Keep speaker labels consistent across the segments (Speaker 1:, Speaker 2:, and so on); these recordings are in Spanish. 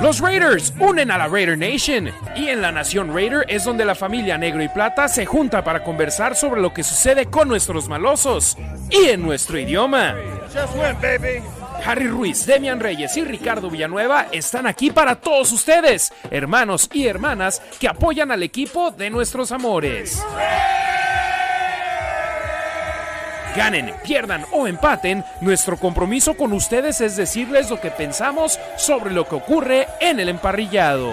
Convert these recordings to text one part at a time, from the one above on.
Speaker 1: Los Raiders unen a la Raider Nation, y en la Nación Raider es donde la familia Negro y Plata se junta para conversar sobre lo que sucede con nuestros malosos y en nuestro idioma.
Speaker 2: Just win, baby.
Speaker 1: Harry Ruiz, Demian Reyes y Ricardo Villanueva están aquí para todos ustedes, hermanos y hermanas que apoyan al equipo de nuestros amores. Ganen, pierdan o empaten, nuestro compromiso con ustedes es decirles lo que pensamos sobre lo que ocurre en el emparrillado.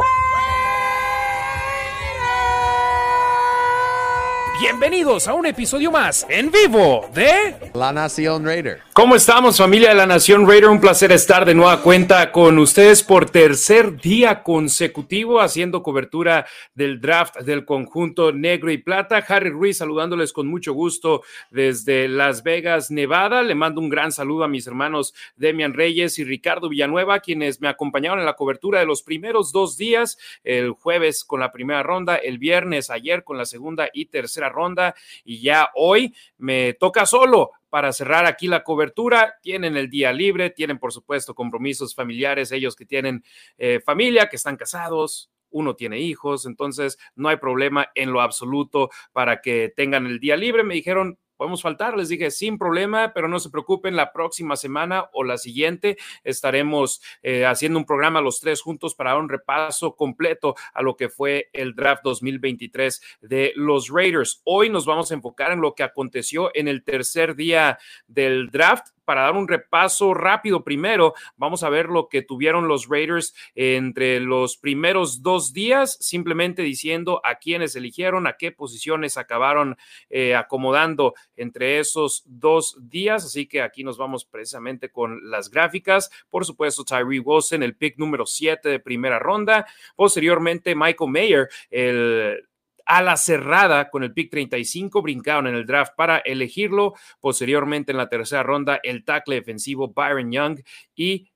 Speaker 1: Bienvenidos a un episodio más en vivo de
Speaker 3: La Nación Raider.
Speaker 1: ¿Cómo estamos, familia de la Nación Raider? Un placer estar de nueva cuenta con ustedes por tercer día consecutivo haciendo cobertura del draft del conjunto Negro y Plata. Harry Ruiz saludándoles con mucho gusto desde Las Vegas, Nevada. Le mando un gran saludo a mis hermanos Demian Reyes y Ricardo Villanueva, quienes me acompañaron en la cobertura de los primeros 2 días, el jueves con la primera ronda, el viernes ayer con la segunda y tercera ronda, y ya hoy me toca solo para cerrar aquí la cobertura. Tienen el día libre, tienen por supuesto compromisos familiares, ellos que tienen familia, que están casados, uno tiene hijos, entonces no hay problema en lo absoluto para que tengan el día libre. Me dijeron, podemos faltar, les dije sin problema, pero no se preocupen, la próxima semana o la siguiente estaremos haciendo un programa los tres juntos para dar un repaso completo a lo que fue el draft 2023 de los Raiders. Hoy nos vamos a enfocar en lo que aconteció en el tercer día del draft. Para dar un repaso rápido, primero vamos a ver lo que tuvieron los Raiders entre los primeros 2 días, simplemente diciendo a quiénes eligieron, a qué posiciones acabaron acomodando entre esos 2 días. Así que aquí nos vamos precisamente con las gráficas. Por supuesto, Tyree Wilson, el pick número 7 de primera ronda. Posteriormente, Michael Mayer, el a la cerrada con el pick 35, brincaron en el draft para elegirlo. Posteriormente en la tercera ronda, el tackle defensivo Byron Young, y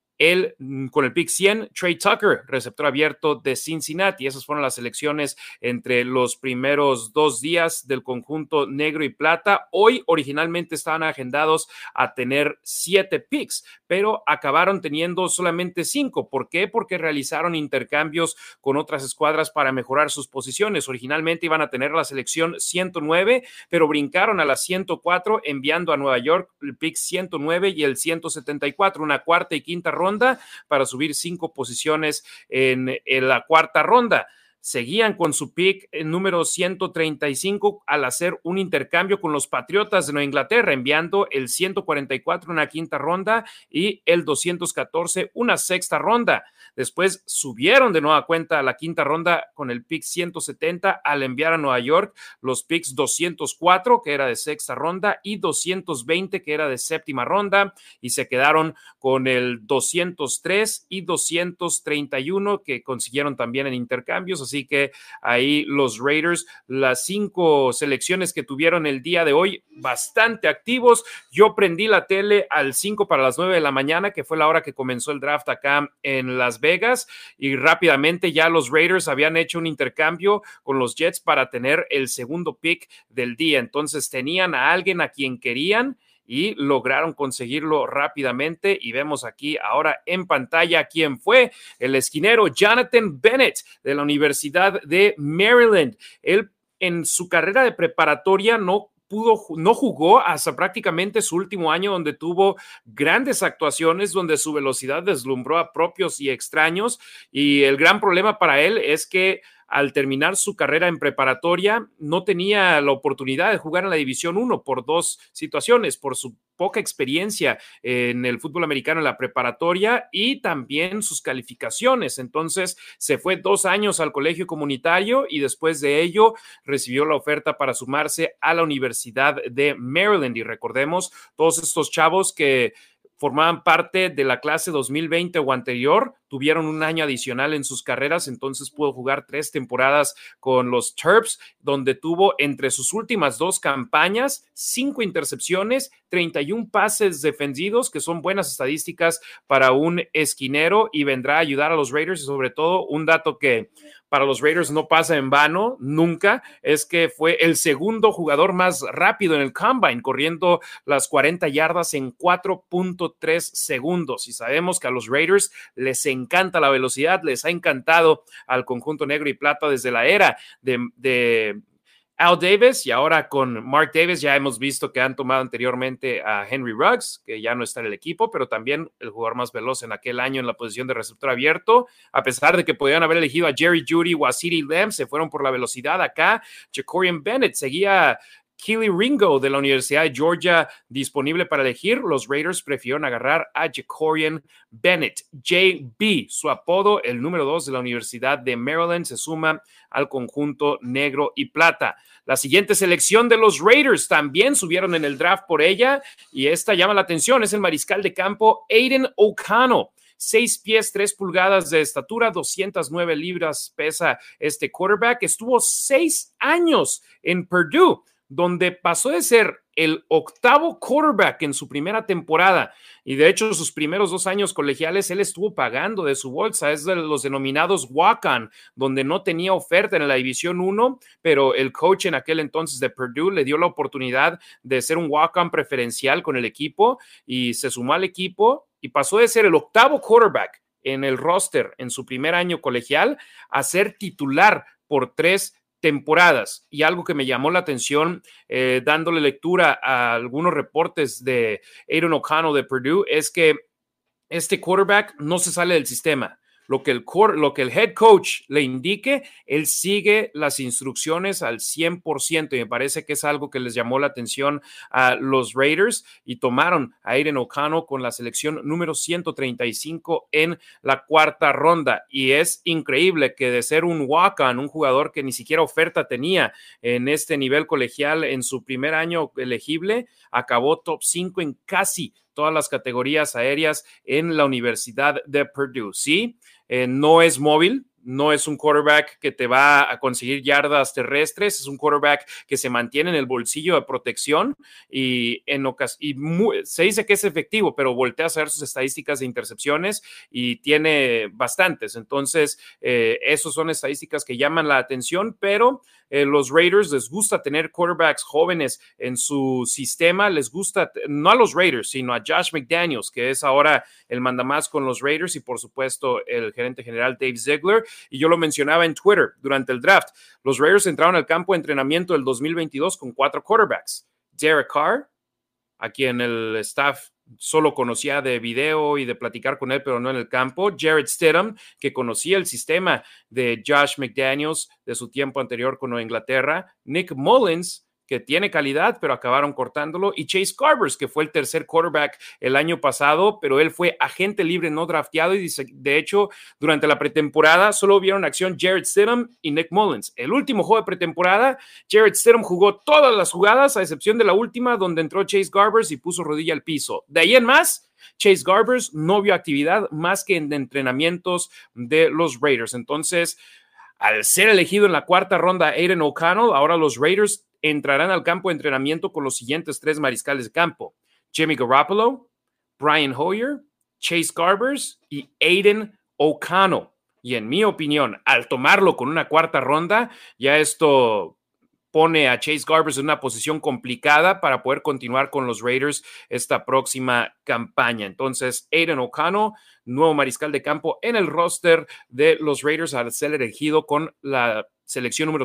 Speaker 1: con el pick 100, Trey Tucker, receptor abierto de Cincinnati. Esas fueron las selecciones entre los primeros 2 días del conjunto Negro y Plata. Hoy originalmente estaban agendados a tener 7 picks, pero acabaron teniendo solamente 5. ¿Por qué? Porque realizaron intercambios con otras escuadras para mejorar sus posiciones. Originalmente iban a tener la selección 109, pero brincaron a la 104, enviando a Nueva York el pick 109 y el 174, una cuarta y quinta ronda para subir 5 posiciones en la cuarta ronda. Seguían con su pick número 135 al hacer un intercambio con los Patriotas de Nueva Inglaterra, enviando el 144 una quinta ronda y el 214 una sexta ronda. Después subieron de nueva cuenta a la quinta ronda con el pick 170 al enviar a Nueva York los picks 204, que era de sexta ronda, y 220, que era de séptima ronda, y se quedaron con el 203 y 231 que consiguieron también en intercambios. Así que ahí los Raiders, las 5 selecciones que tuvieron el día de hoy, bastante activos. Yo prendí la tele al 5 para las 9 de la mañana, que fue la hora que comenzó el draft acá en Las Vegas, y rápidamente ya los Raiders habían hecho un intercambio con los Jets para tener el segundo pick del día. Entonces tenían a alguien a quien querían y lograron conseguirlo rápidamente, y vemos aquí ahora en pantalla quién fue: el esquinero Jonathan Bennett de la Universidad de Maryland. Él en su carrera de preparatoria no jugó hasta prácticamente su último año, donde tuvo grandes actuaciones, donde su velocidad deslumbró a propios y extraños, y el gran problema para él es que al terminar su carrera en preparatoria no tenía la oportunidad de jugar en la División 1 por 2 situaciones: por su poca experiencia en el fútbol americano en la preparatoria y también sus calificaciones. Entonces se fue 2 años al colegio comunitario y después de ello recibió la oferta para sumarse a la Universidad de Maryland. Y recordemos, todos estos chavos que formaban parte de la clase 2020 o anterior tuvieron un año adicional en sus carreras, entonces pudo jugar 3 temporadas con los Terps, donde tuvo entre sus últimas 2 campañas 5 intercepciones, 31 pases defendidos, que son buenas estadísticas para un esquinero, y vendrá a ayudar a los Raiders. Y sobre todo, un dato que para los Raiders no pasa en vano nunca, es que fue el segundo jugador más rápido en el Combine, corriendo las 40 yardas en 4.3 segundos. Y sabemos que a los Raiders les encanta encanta la velocidad, les ha encantado al conjunto negro y plata desde la era de Al Davis, y ahora con Mark Davis ya hemos visto que han tomado anteriormente a Henry Ruggs, que ya no está en el equipo, pero también el jugador más veloz en aquel año en la posición de receptor abierto, a pesar de que podían haber elegido a Jerry Jeudy o a CeeDee Lamb, se fueron por la velocidad acá. Jacorian Bennett seguía Keely Ringo de la Universidad de Georgia disponible para elegir. Los Raiders prefirieron agarrar a Jacorian Bennett. JB, su apodo, el número 2 de la Universidad de Maryland, se suma al conjunto negro y plata. La siguiente selección de los Raiders también subieron en el draft por ella, y esta llama la atención, es el mariscal de campo Aidan O'Connell. 6 pies, 3 pulgadas de estatura, 209 libras pesa este quarterback. Estuvo 6 años en Purdue, donde pasó de ser el 8º quarterback en su primera temporada, y de hecho sus primeros 2 años colegiales él estuvo pagando de su bolsa. Es de los denominados walk-on, donde no tenía oferta en la División 1, pero el coach en aquel entonces de Purdue le dio la oportunidad de ser un walk-on preferencial con el equipo, y se sumó al equipo y pasó de ser el 8º quarterback en el roster en su primer año colegial a ser titular por 3 temporadas. Y algo que me llamó la atención dándole lectura a algunos reportes de Aidan O'Connell de Purdue es que este quarterback no se sale del sistema. Lo que el head coach le indique, él sigue las instrucciones al 100%, y me parece que es algo que les llamó la atención a los Raiders, y tomaron a Aidan O'Connell con la selección número 135 en la 4ª ronda. Y es increíble que de ser un walk-on, un jugador que ni siquiera oferta tenía en este nivel colegial en su primer año elegible, acabó top 5 en casi todas las categorías aéreas en la Universidad de Purdue. Sí, no es móvil, no es un quarterback que te va a conseguir yardas terrestres, es un quarterback que se mantiene en el bolsillo de protección, y se dice que es efectivo, pero volteas a ver sus estadísticas de intercepciones y tiene bastantes. Entonces, esas son estadísticas que llaman la atención, pero los Raiders les gusta tener quarterbacks jóvenes en su sistema. Les gusta, no a los Raiders, sino a Josh McDaniels, que es ahora el mandamás con los Raiders, y por supuesto el gerente general Dave Ziegler. Y yo lo mencionaba en Twitter durante el draft. Los Raiders entraron al campo de entrenamiento del 2022 con 4 quarterbacks. Derek Carr, a quien el staff solo conocía de video y de platicar con él, pero no en el campo. Jarrett Stidham, que conocía el sistema de Josh McDaniels de su tiempo anterior con Nueva Inglaterra. Nick Mullins, que tiene calidad, pero acabaron cortándolo. Y Chase Garbers, que fue el 3er quarterback el año pasado, pero él fue agente libre no drafteado, y de hecho, durante la pretemporada solo vieron acción Jarrett Stidham y Nick Mullins. El último juego de pretemporada, Jarrett Stidham jugó todas las jugadas, a excepción de la última, donde entró Chase Garbers y puso rodilla al piso. De ahí en más, Chase Garbers no vio actividad más que en entrenamientos de los Raiders. Entonces, al ser elegido en la 4ª ronda Aidan O'Connell, ahora los Raiders entrarán al campo de entrenamiento con los siguientes 3 mariscales de campo: Jimmy Garoppolo, Brian Hoyer, Chase Garbers y Aidan O'Connell. Y en mi opinión, al tomarlo con una 4ª ronda, ya esto pone a Chase Garbers en una posición complicada para poder continuar con los Raiders esta próxima campaña. Entonces, Aidan O'Connell, nuevo mariscal de campo en el roster de los Raiders, al ser elegido con la selección número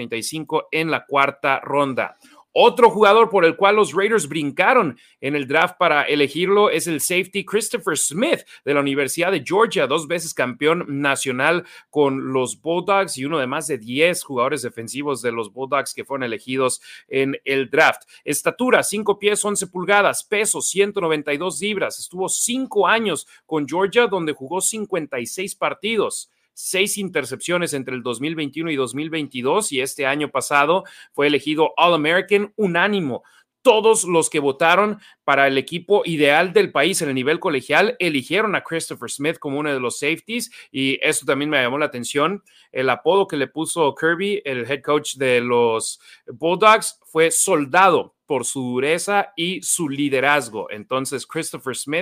Speaker 1: 135 en la 4ª ronda. Otro jugador por el cual los Raiders brincaron en el draft para elegirlo es el safety Christopher Smith de la Universidad de Georgia, 2 veces campeón nacional con los Bulldogs y uno de más de 10 jugadores defensivos de los Bulldogs que fueron elegidos en el draft. Estatura, 5 pies, 11 pulgadas, peso, 192 libras. Estuvo 5 años con Georgia, donde jugó 56 partidos. 6 intercepciones entre el 2021 y 2022, y este año pasado fue elegido All-American unánimo. Todos los que votaron para el equipo ideal del país en el nivel colegial eligieron a Christopher Smith como uno de los safeties, y esto también me llamó la atención. El apodo que le puso Kirby, el head coach de los Bulldogs, fue Soldado, por su dureza y su liderazgo. Entonces, Chris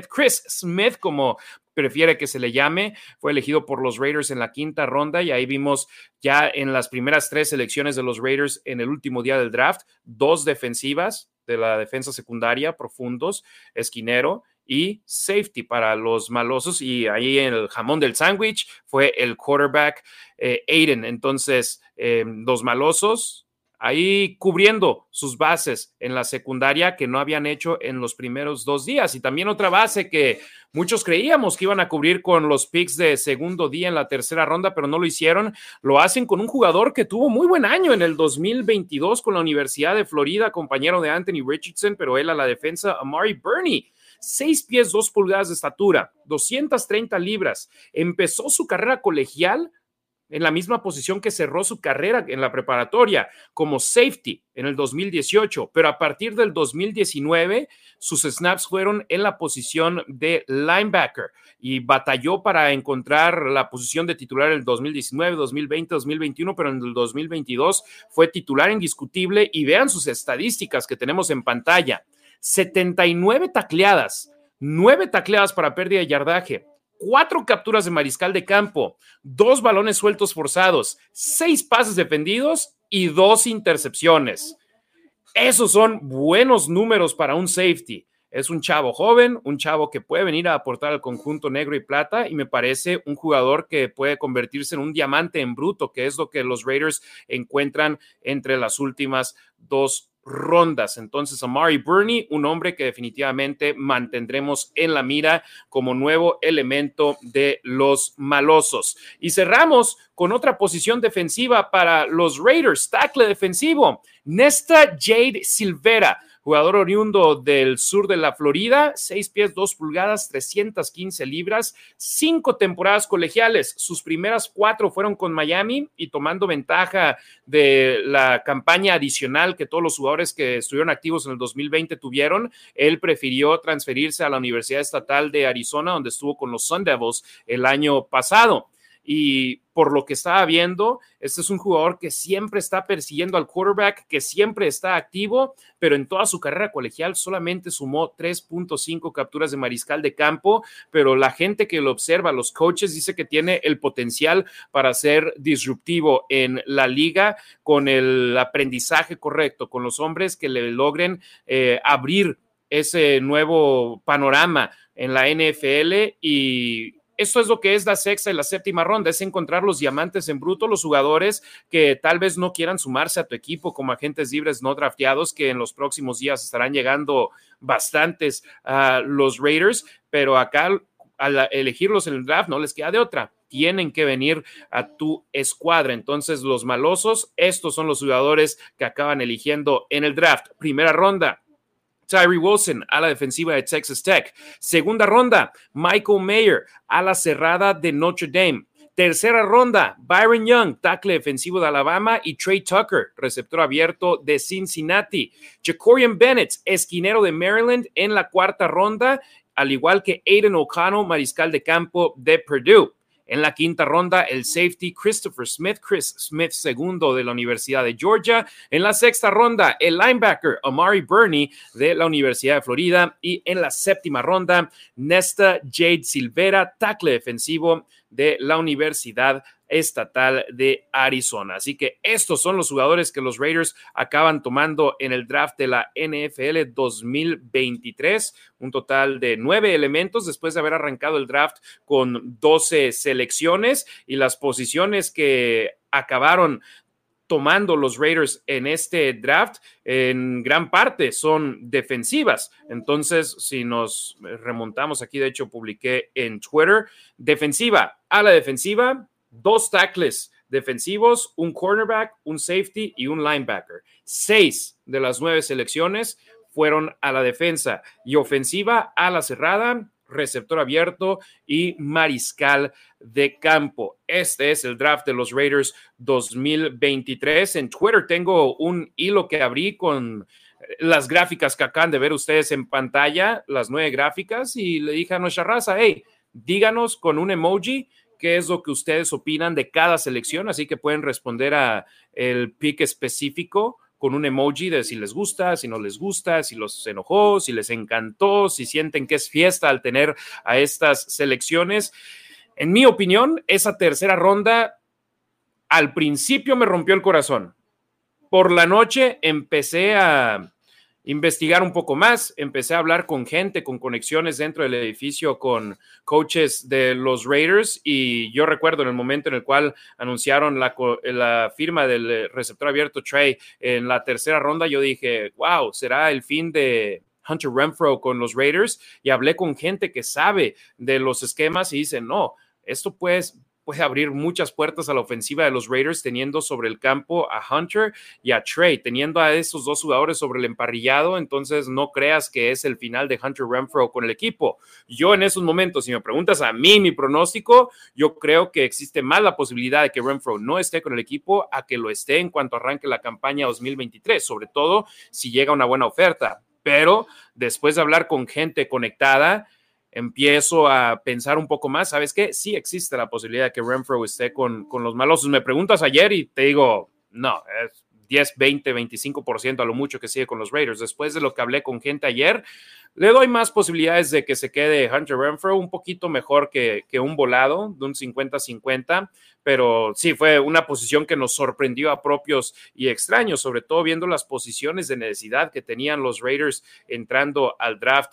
Speaker 1: Smith, como prefiere que se le llame, fue elegido por los Raiders en la 5ª ronda, y ahí vimos ya en las primeras 3 selecciones de los Raiders en el último día del draft, 2 defensivas de la defensa secundaria, profundos, esquinero y safety para los malosos, y ahí el jamón del sándwich fue el quarterback Aiden. Entonces, los malosos ahí cubriendo sus bases en la secundaria que no habían hecho en los primeros 2 días. Y también otra base que muchos creíamos que iban a cubrir con los picks de segundo día en la tercera ronda, pero no lo hicieron. Lo hacen con un jugador que tuvo muy buen año en el 2022 con la Universidad de Florida, compañero de Anthony Richardson, pero él a la defensa, Amari Burney. 6 pies, 2 pulgadas de estatura, 230 libras. Empezó su carrera colegial en la misma posición que cerró su carrera en la preparatoria, como safety en el 2018, pero a partir del 2019 sus snaps fueron en la posición de linebacker y batalló para encontrar la posición de titular en el 2019, 2020, 2021, pero en el 2022 fue titular indiscutible. Y vean sus estadísticas que tenemos en pantalla: 79 tacleadas, 9 tacleadas para pérdida de yardaje, 4 capturas de mariscal de campo, 2 balones sueltos forzados, 6 pases defendidos y 2 intercepciones. Esos son buenos números para un safety. Es un chavo joven, un chavo que puede venir a aportar al conjunto negro y plata, y me parece un jugador que puede convertirse en un diamante en bruto, que es lo que los Raiders encuentran entre las últimas 2 rondas. Entonces, Amari Burney, un hombre que definitivamente mantendremos en la mira como nuevo elemento de los malosos. Y cerramos con otra posición defensiva para los Raiders, tackle defensivo, Nesta Jade Silvera, jugador oriundo del sur de la Florida, 6 pies, 2 pulgadas, 315 libras, 5 temporadas colegiales. Sus primeras 4 fueron con Miami, y tomando ventaja de la campaña adicional que todos los jugadores que estuvieron activos en el 2020 tuvieron, él prefirió transferirse a la Universidad Estatal de Arizona, donde estuvo con los Sun Devils el año pasado. Y por lo que estaba viendo, este es un jugador que siempre está persiguiendo al quarterback, que siempre está activo, pero en toda su carrera colegial solamente sumó 3.5 capturas de mariscal de campo, pero la gente que lo observa, los coaches, dice que tiene el potencial para ser disruptivo en la liga con el aprendizaje correcto, con los hombres que le logren abrir ese nuevo panorama en la NFL. Y esto es lo que es la sexta y la séptima ronda, es encontrar los diamantes en bruto, los jugadores que tal vez no quieran sumarse a tu equipo como agentes libres no drafteados, que en los próximos días estarán llegando bastantes a los Raiders, pero acá al elegirlos en el draft no les queda de otra. Tienen que venir a tu escuadra. Entonces, los malosos, estos son los jugadores que acaban eligiendo en el draft. Primera ronda, Tyree Wilson, ala defensiva de Texas Tech. Segunda ronda, Michael Mayer, ala cerrada de Notre Dame. Tercera ronda, Byron Young, tackle defensivo de Alabama, y Trey Tucker, receptor abierto de Cincinnati. Jacorian Bennett, esquinero de Maryland, en la cuarta ronda, al igual que Aiden O'Connell, mariscal de campo de Purdue. En la quinta ronda, el safety Christopher Smith, Chris Smith segundo de la Universidad de Georgia. En la sexta ronda, el linebacker Amari Burney de la Universidad de Florida. Y en la séptima ronda, Nesta Jade Silvera, tackle defensivo de la Universidad Estatal de Arizona. Así que estos son los jugadores que los Raiders acaban tomando en el draft de la NFL 2023, un total de 9 elementos después de haber arrancado el draft con 12 selecciones, y las posiciones que acabaron tomando los Raiders en este draft en gran parte son defensivas. Entonces, si nos remontamos aquí, de hecho publiqué en Twitter, defensiva, a la defensiva, 2 tackles defensivos, un cornerback, un safety y un linebacker. 6 de las 9 selecciones fueron a la defensa, y ofensiva, a la cerrada, receptor abierto y mariscal de campo. Este es el draft de los Raiders 2023. En Twitter tengo un hilo que abrí con las gráficas que acaban de ver ustedes en pantalla, las 9 gráficas, y le dije a nuestra raza, hey, díganos con un emoji qué es lo que ustedes opinan de cada selección, así que pueden responder a el pick específico con un emoji de si les gusta, si no les gusta, si los enojó, si les encantó, si sienten que es fiesta al tener a estas selecciones. En mi opinión, esa tercera ronda al principio me rompió el corazón. Por la noche empecé a investigar un poco más, empecé a hablar con gente, con conexiones dentro del edificio, con coaches de los Raiders, y yo recuerdo en el momento en el cual anunciaron la firma del receptor abierto Trey en la tercera ronda, yo dije, wow, ¿será el fin de Hunter Renfrow con los Raiders? Y hablé con gente que sabe de los esquemas y dicen, no, esto puede abrir muchas puertas a la ofensiva de los Raiders, teniendo sobre el campo a Hunter y a Trey, teniendo a esos dos jugadores sobre el emparrillado. Entonces no creas que es el final de Hunter Renfrow con el equipo. Yo en esos momentos, si me preguntas a mí mi pronóstico, yo creo que existe más la posibilidad de que Renfrow no esté con el equipo a que lo esté en cuanto arranque la campaña 2023, sobre todo si llega una buena oferta. Pero después de hablar con gente conectada, empiezo a pensar un poco más. ¿Sabes qué? Sí existe la posibilidad de que Renfrow esté con los malosos. Me preguntas ayer y te digo, no, es 10, 20, 25% a lo mucho que sigue con los Raiders. Después de lo que hablé con gente ayer, le doy más posibilidades de que se quede Hunter Renfrow, un poquito mejor que un volado, de un 50-50, pero sí, fue una posición que nos sorprendió a propios y extraños, sobre todo viendo las posiciones de necesidad que tenían los Raiders entrando al draft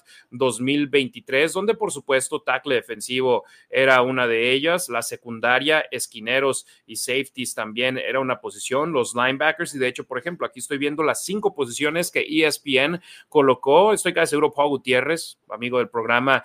Speaker 1: 2023, donde por supuesto tackle defensivo era una de ellas, la secundaria, esquineros y safeties también era una posición, los linebackers, y de hecho, por ejemplo, aquí estoy viendo las 5 posiciones que ESPN colocó. Estoy casi seguro Paul Gutiérrez, amigo del programa,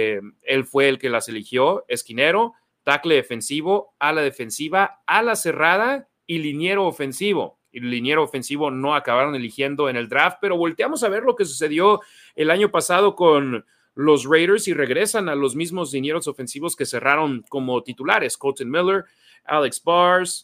Speaker 1: él fue el que las eligió: esquinero, tackle defensivo, ala defensiva, ala cerrada y liniero ofensivo. Y el liniero ofensivo no acabaron eligiendo en el draft, pero volteamos a ver lo que sucedió el año pasado con los Raiders y regresan a los mismos linieros ofensivos que cerraron como titulares: Colton Miller, Alex Bars,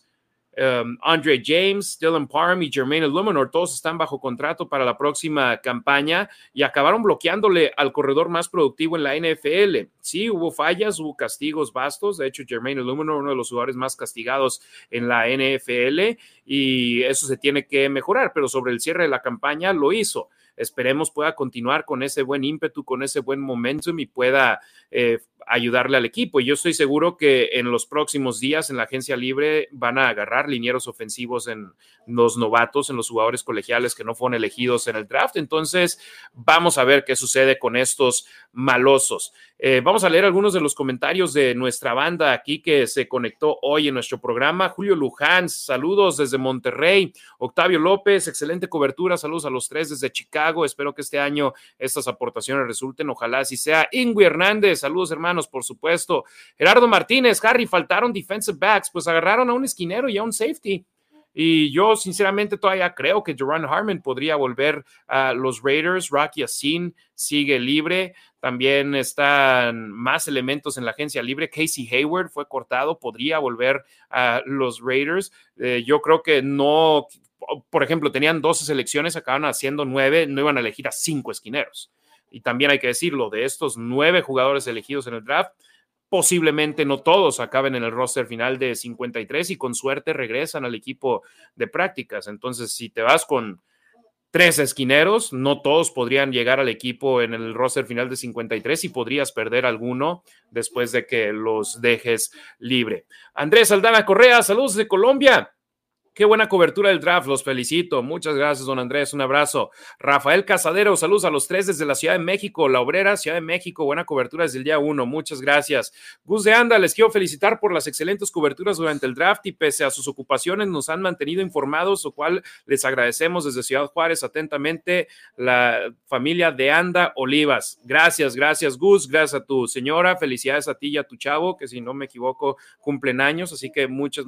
Speaker 1: Andre James, Dylan Parham y Jermaine Illuminor. Todos están bajo contrato para la próxima campaña y acabaron bloqueándole al corredor más productivo en la NFL. Sí, hubo fallas, hubo castigos vastos. De hecho, Jermaine Illuminor, uno de los jugadores más castigados en la NFL, y eso se tiene que mejorar, pero sobre el cierre de la campaña lo hizo. Esperemos pueda continuar con ese buen ímpetu, con ese buen momentum y pueda ayudarle al equipo. Y yo estoy seguro que en los próximos días en la agencia libre van a agarrar linieros ofensivos en los novatos, en los jugadores colegiales que no fueron elegidos en el draft. Entonces vamos a ver qué sucede con estos malosos. Vamos a leer algunos de los comentarios de nuestra banda aquí que se conectó hoy en nuestro programa. Julio Luján, saludos desde Monterrey. Octavio López, excelente cobertura, saludos a los 3 desde Chicago. Espero que este año estas aportaciones resulten, ojalá así sea. Ingui Hernández, saludos hermanos, por supuesto. Gerardo Martínez, Harry, faltaron defensive backs, pues agarraron a un esquinero y a un safety. Y yo sinceramente todavía creo que Duron Harmon podría volver a los Raiders. Rocky Ya-Sin sigue libre. También están más elementos en la agencia libre. Casey Hayward fue cortado, podría volver a los Raiders. Yo creo que no, por ejemplo, tenían 12 selecciones, acaban haciendo 9, no iban a elegir a 5 esquineros. Y también hay que decirlo, de estos 9 jugadores elegidos en el draft, posiblemente no todos acaben en el roster final de 53 y con suerte regresan al equipo de prácticas. Entonces, si te vas con 3 esquineros, no todos podrían llegar al equipo en el roster final de 53 y podrías perder alguno después de que los dejes libre. Andrés Aldana Correa, saludos de Colombia. Qué buena cobertura del draft, los felicito. Muchas gracias, don Andrés, un abrazo. Rafael Casadero, saludos a los 3 desde la Ciudad de México, La Obrera, Ciudad de México, buena cobertura desde el día 1, muchas gracias. Gus de Anda, les quiero felicitar por las excelentes coberturas durante el draft y pese a sus ocupaciones nos han mantenido informados, lo cual les agradecemos desde Ciudad Juárez. Atentamente, la familia de Anda Olivas. Gracias, Gus, gracias a tu señora, felicidades a ti y a tu chavo, que si no me equivoco cumplen años, así que muchas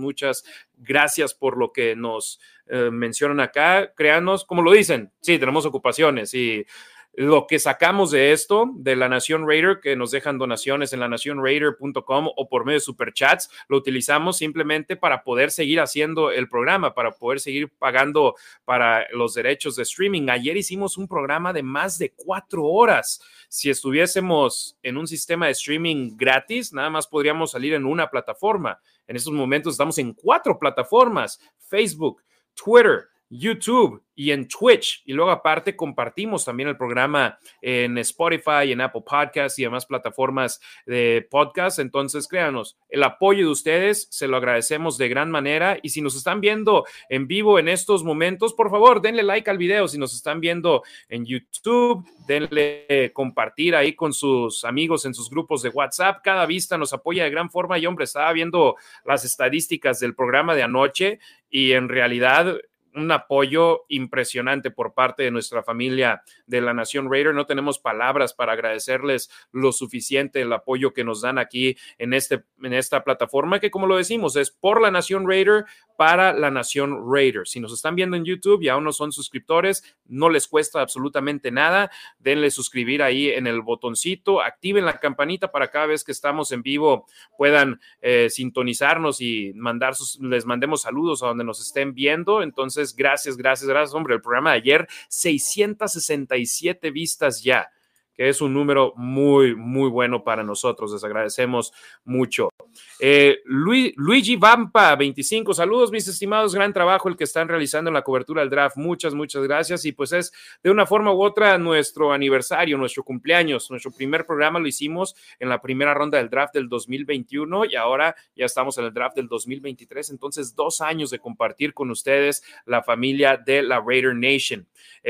Speaker 1: gracias por lo que nos mencionan acá. Créanos, como lo dicen, sí, tenemos ocupaciones y lo que sacamos de esto, de la Nación Raider, que nos dejan donaciones en lanacionraider.com o por medio de superchats, lo utilizamos simplemente para poder seguir haciendo el programa, para poder seguir pagando para los derechos de streaming. Ayer hicimos un programa de más de 4 horas. Si estuviésemos en un sistema de streaming gratis, nada más podríamos salir en una plataforma. En estos momentos estamos en 4 plataformas: Facebook, Twitter, YouTube y en Twitch, y luego aparte compartimos también el programa en Spotify, en Apple Podcasts y demás plataformas de podcast. Entonces créanos, el apoyo de ustedes se lo agradecemos de gran manera, y si nos están viendo en vivo en estos momentos, por favor denle like al video. Si nos están viendo en YouTube, denle compartir ahí con sus amigos en sus grupos de WhatsApp. Cada vista nos apoya de gran forma. Y hombre, estaba viendo las estadísticas del programa de anoche y en realidad un apoyo impresionante por parte de nuestra familia de la Nación Raider. No tenemos palabras para agradecerles lo suficiente el apoyo que nos dan aquí en esta plataforma, que como lo decimos, es por la Nación Raider, para la Nación Raider. Si nos están viendo en YouTube y aún no son suscriptores, no les cuesta absolutamente nada. Denle suscribir ahí en el botoncito, activen la campanita para cada vez que estamos en vivo puedan sintonizarnos y les mandemos saludos a donde nos estén viendo. Entonces, gracias, hombre. El programa de ayer, 667 vistas ya, que es un número muy, muy bueno para nosotros. Les agradecemos mucho. Luigi Vampa, 25, saludos mis estimados, gran trabajo el que están realizando en la cobertura del draft, muchas gracias. Y pues es de una forma u otra nuestro aniversario, nuestro cumpleaños. Nuestro primer programa lo hicimos en la primera ronda del draft del 2021 y ahora ya estamos en el draft del 2023, entonces 2 años de compartir con ustedes la familia de la Raider Nation.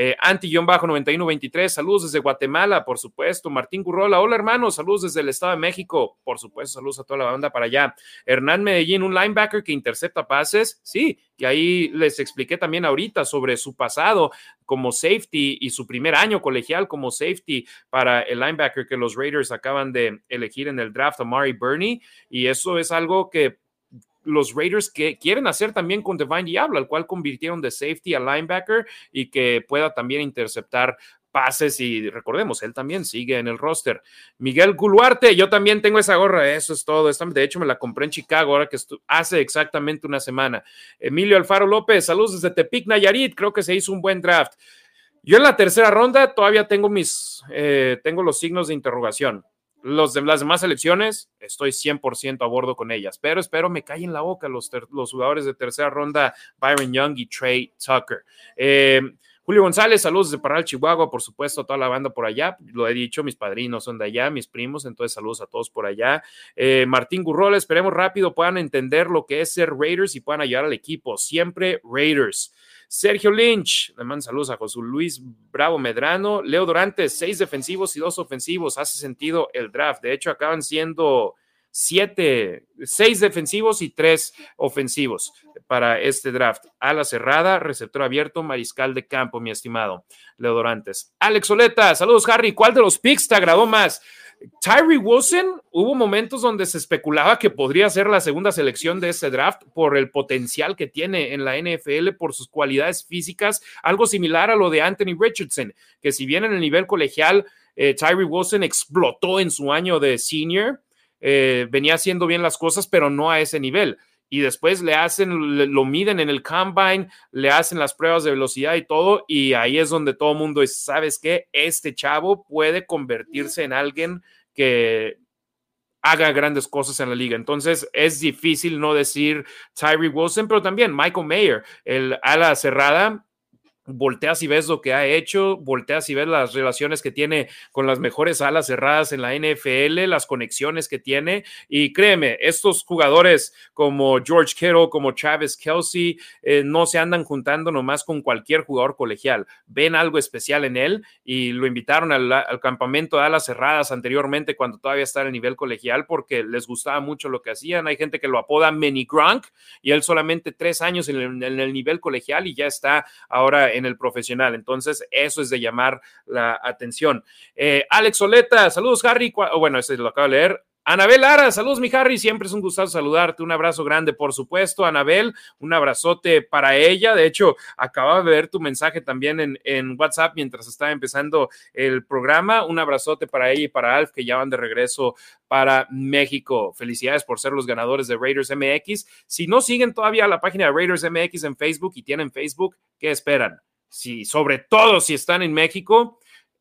Speaker 1: Anti-9123, saludos desde Guatemala, por supuesto. Martín Gurrola, hola hermanos, saludos desde el Estado de México, por supuesto, saludos a toda la banda para allá. Hernán Medellín, un linebacker que intercepta pases, sí, y ahí les expliqué también ahorita sobre su pasado como safety y su primer año colegial como safety para el linebacker que los Raiders acaban de elegir en el draft, Amari Burney, y eso es algo que los Raiders que quieren hacer también con Divine Diablo, al cual convirtieron de safety a linebacker y que pueda también interceptar pases. Y recordemos, él también sigue en el roster. Miguel Guluarte, yo también tengo esa gorra, eso es todo. De hecho, me la compré en Chicago ahora que hace exactamente una semana. Emilio Alfaro López, saludos desde Tepic, Nayarit, creo que se hizo un buen draft. Yo en la tercera ronda todavía tengo tengo los signos de interrogación. Las demás selecciones, estoy 100% a bordo con ellas, pero espero me callen la boca los jugadores de tercera ronda, Byron Young y Trey Tucker. Julio González, saludos desde Parral, Chihuahua, por supuesto, a toda la banda por allá. Lo he dicho, mis padrinos son de allá, mis primos, entonces saludos a todos por allá. Martín Gurrola, esperemos rápido puedan entender lo que es ser Raiders y puedan ayudar al equipo. Siempre Raiders. Sergio Lynch, le mando saludos a José Luis Bravo Medrano. Leo Dorantes, 6 defensivos y 2 ofensivos. Hace sentido el draft. De hecho, acaban siendo 6 defensivos y 3 ofensivos para este draft. Ala cerrada, receptor abierto, mariscal de campo, mi estimado Leo Dorantes. Alex Oleta, saludos Harry. ¿Cuál de los picks te agradó más? Tyree Wilson, hubo momentos donde se especulaba que podría ser la segunda selección de este draft por el potencial que tiene en la NFL, por sus cualidades físicas, algo similar a lo de Anthony Richardson, que si bien en el nivel colegial Tyree Wilson explotó en su año de senior, venía haciendo bien las cosas, pero no a ese nivel. Y después lo miden en el combine, le hacen las pruebas de velocidad y todo, y ahí es donde todo el mundo dice, ¿sabes qué? Este chavo puede convertirse en alguien que haga grandes cosas en la liga. Entonces es difícil no decir Tyree Wilson, pero también Michael Mayer, el ala cerrada. Volteas y ves lo que ha hecho, volteas y ves las relaciones que tiene con las mejores alas cerradas en la NFL, las conexiones que tiene, y créeme, estos jugadores como George Kittle, como Travis Kelce, no se andan juntando nomás con cualquier jugador colegial, ven algo especial en él y lo invitaron al campamento de alas cerradas anteriormente cuando todavía estaba en el nivel colegial porque les gustaba mucho lo que hacían. Hay gente que lo apoda Mini Gronk y él solamente 3 años en el nivel colegial y ya está ahora en el profesional. Entonces eso es de llamar la atención. Alex Oleta, saludos Harry, bueno, ese lo acabo de leer. Anabel Lara, saludos mi Harry, siempre es un gustazo saludarte, un abrazo grande por supuesto. Anabel, un abrazote para ella. De hecho, acababa de ver tu mensaje también en WhatsApp mientras estaba empezando el programa. Un abrazote para ella y para Alf, que ya van de regreso para México. Felicidades por ser los ganadores de Raiders MX. Si no siguen todavía la página de Raiders MX en Facebook y tienen Facebook, ¿qué esperan? Sobre todo si están en México,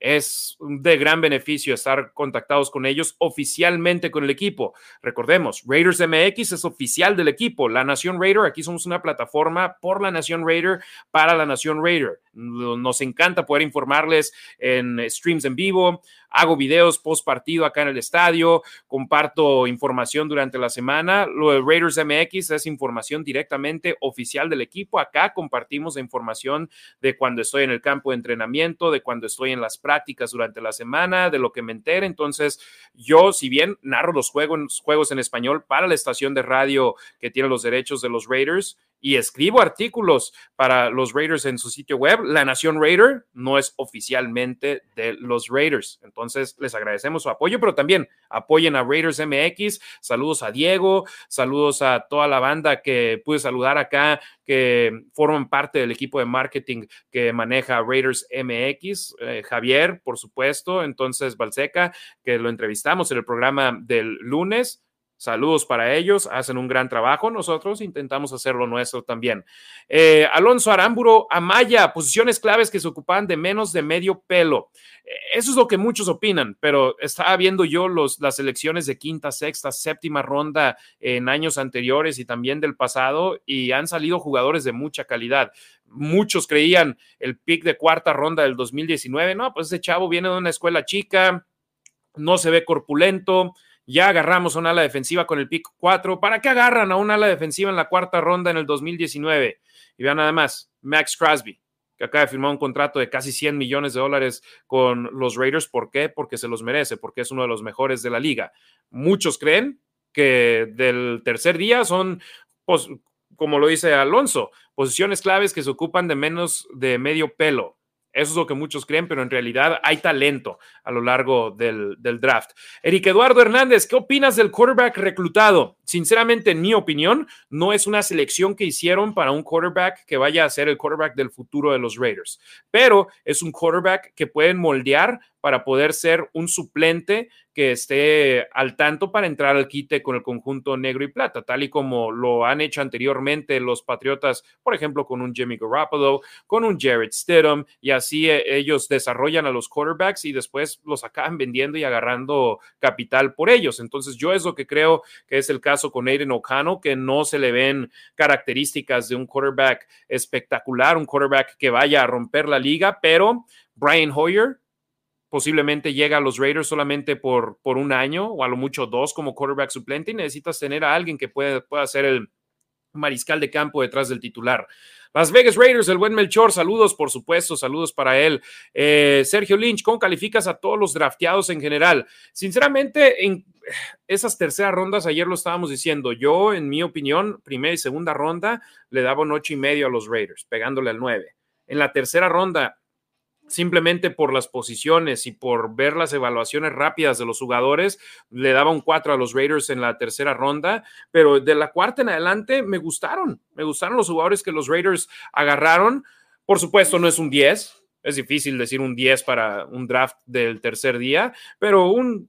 Speaker 1: es de gran beneficio estar contactados con ellos oficialmente con el equipo. Recordemos, Raiders MX es oficial del equipo. La Nación Raider, aquí somos una plataforma por la Nación Raider, para la Nación Raider. Nos encanta poder informarles en streams en vivo. Hago videos post partido acá en el estadio, comparto información durante la semana. Lo de Raiders MX es información directamente oficial del equipo. Acá compartimos información de cuando estoy en el campo de entrenamiento, de cuando estoy en las prácticas durante la semana, de lo que me entere. Entonces, yo, si bien narro los juegos en español para la estación de radio que tiene los derechos de los Raiders, y escribo artículos para los Raiders en su sitio web, la Nación Raider no es oficialmente de los Raiders. Entonces, les agradecemos su apoyo, pero también apoyen a Raiders MX. Saludos a Diego, saludos a toda la banda que pude saludar acá, que forman parte del equipo de marketing que maneja Raiders MX. Javier, por supuesto, entonces Balseca, que lo entrevistamos en el programa del lunes. Saludos para ellos, hacen un gran trabajo, nosotros intentamos hacer lo nuestro también. Alonso Aramburo Amaya, posiciones claves que se ocupan de menos de medio pelo. Eso es lo que muchos opinan, pero estaba viendo yo las elecciones de quinta, sexta, séptima ronda en años anteriores y también del pasado, y han salido jugadores de mucha calidad. Muchos creían el pick de cuarta ronda del 2019, no, pues ese chavo viene de una escuela chica, no se ve corpulento. Ya agarramos a un ala defensiva con el pick 4. ¿Para qué agarran a un ala defensiva en la cuarta ronda en el 2019? Y vean nada más, Max Crosby, que acaba de firmar un contrato de casi $100 millones con los Raiders. ¿Por qué? Porque se los merece, porque es uno de los mejores de la liga. Muchos creen que del tercer día son, pues, como lo dice Alonso, posiciones claves que se ocupan de menos de medio pelo. Eso es lo que muchos creen, pero en realidad hay talento a lo largo del draft. Eric Eduardo Hernández, ¿qué opinas del quarterback reclutado? Sinceramente, en mi opinión, no es una selección que hicieron para un quarterback que vaya a ser el quarterback del futuro de los Raiders, pero es un quarterback que pueden moldear para poder ser un suplente que esté al tanto para entrar al quite con el conjunto negro y plata, tal y como lo han hecho anteriormente los Patriotas, por ejemplo, con un Jimmy Garoppolo, con un Jarrett Stidham, y así ellos desarrollan a los quarterbacks y después los acaban vendiendo y agarrando capital por ellos. Entonces, yo es lo que creo que es el caso con Aiden O'Connell, que no se le ven características de un quarterback espectacular, un quarterback que vaya a romper la liga, pero Brian Hoyer posiblemente llega a los Raiders solamente por un año o a lo mucho 2 como quarterback suplente, y necesitas tener a alguien que pueda ser el mariscal de campo detrás del titular. Las Vegas Raiders, el buen Melchor, saludos, por supuesto, saludos para él. Sergio Lynch, ¿cómo calificas a todos los drafteados en general? Sinceramente, en esas terceras rondas, ayer lo estábamos diciendo, yo, en mi opinión, primera y segunda ronda, le daba un 8.5 a los Raiders, pegándole al 9. En la tercera ronda, simplemente por las posiciones y por ver las evaluaciones rápidas de los jugadores, le daba un 4 a los Raiders en la tercera ronda, pero de la cuarta en adelante me gustaron los jugadores que los Raiders agarraron. Por supuesto, no es un 10, es difícil decir un 10 para un draft del tercer día, pero un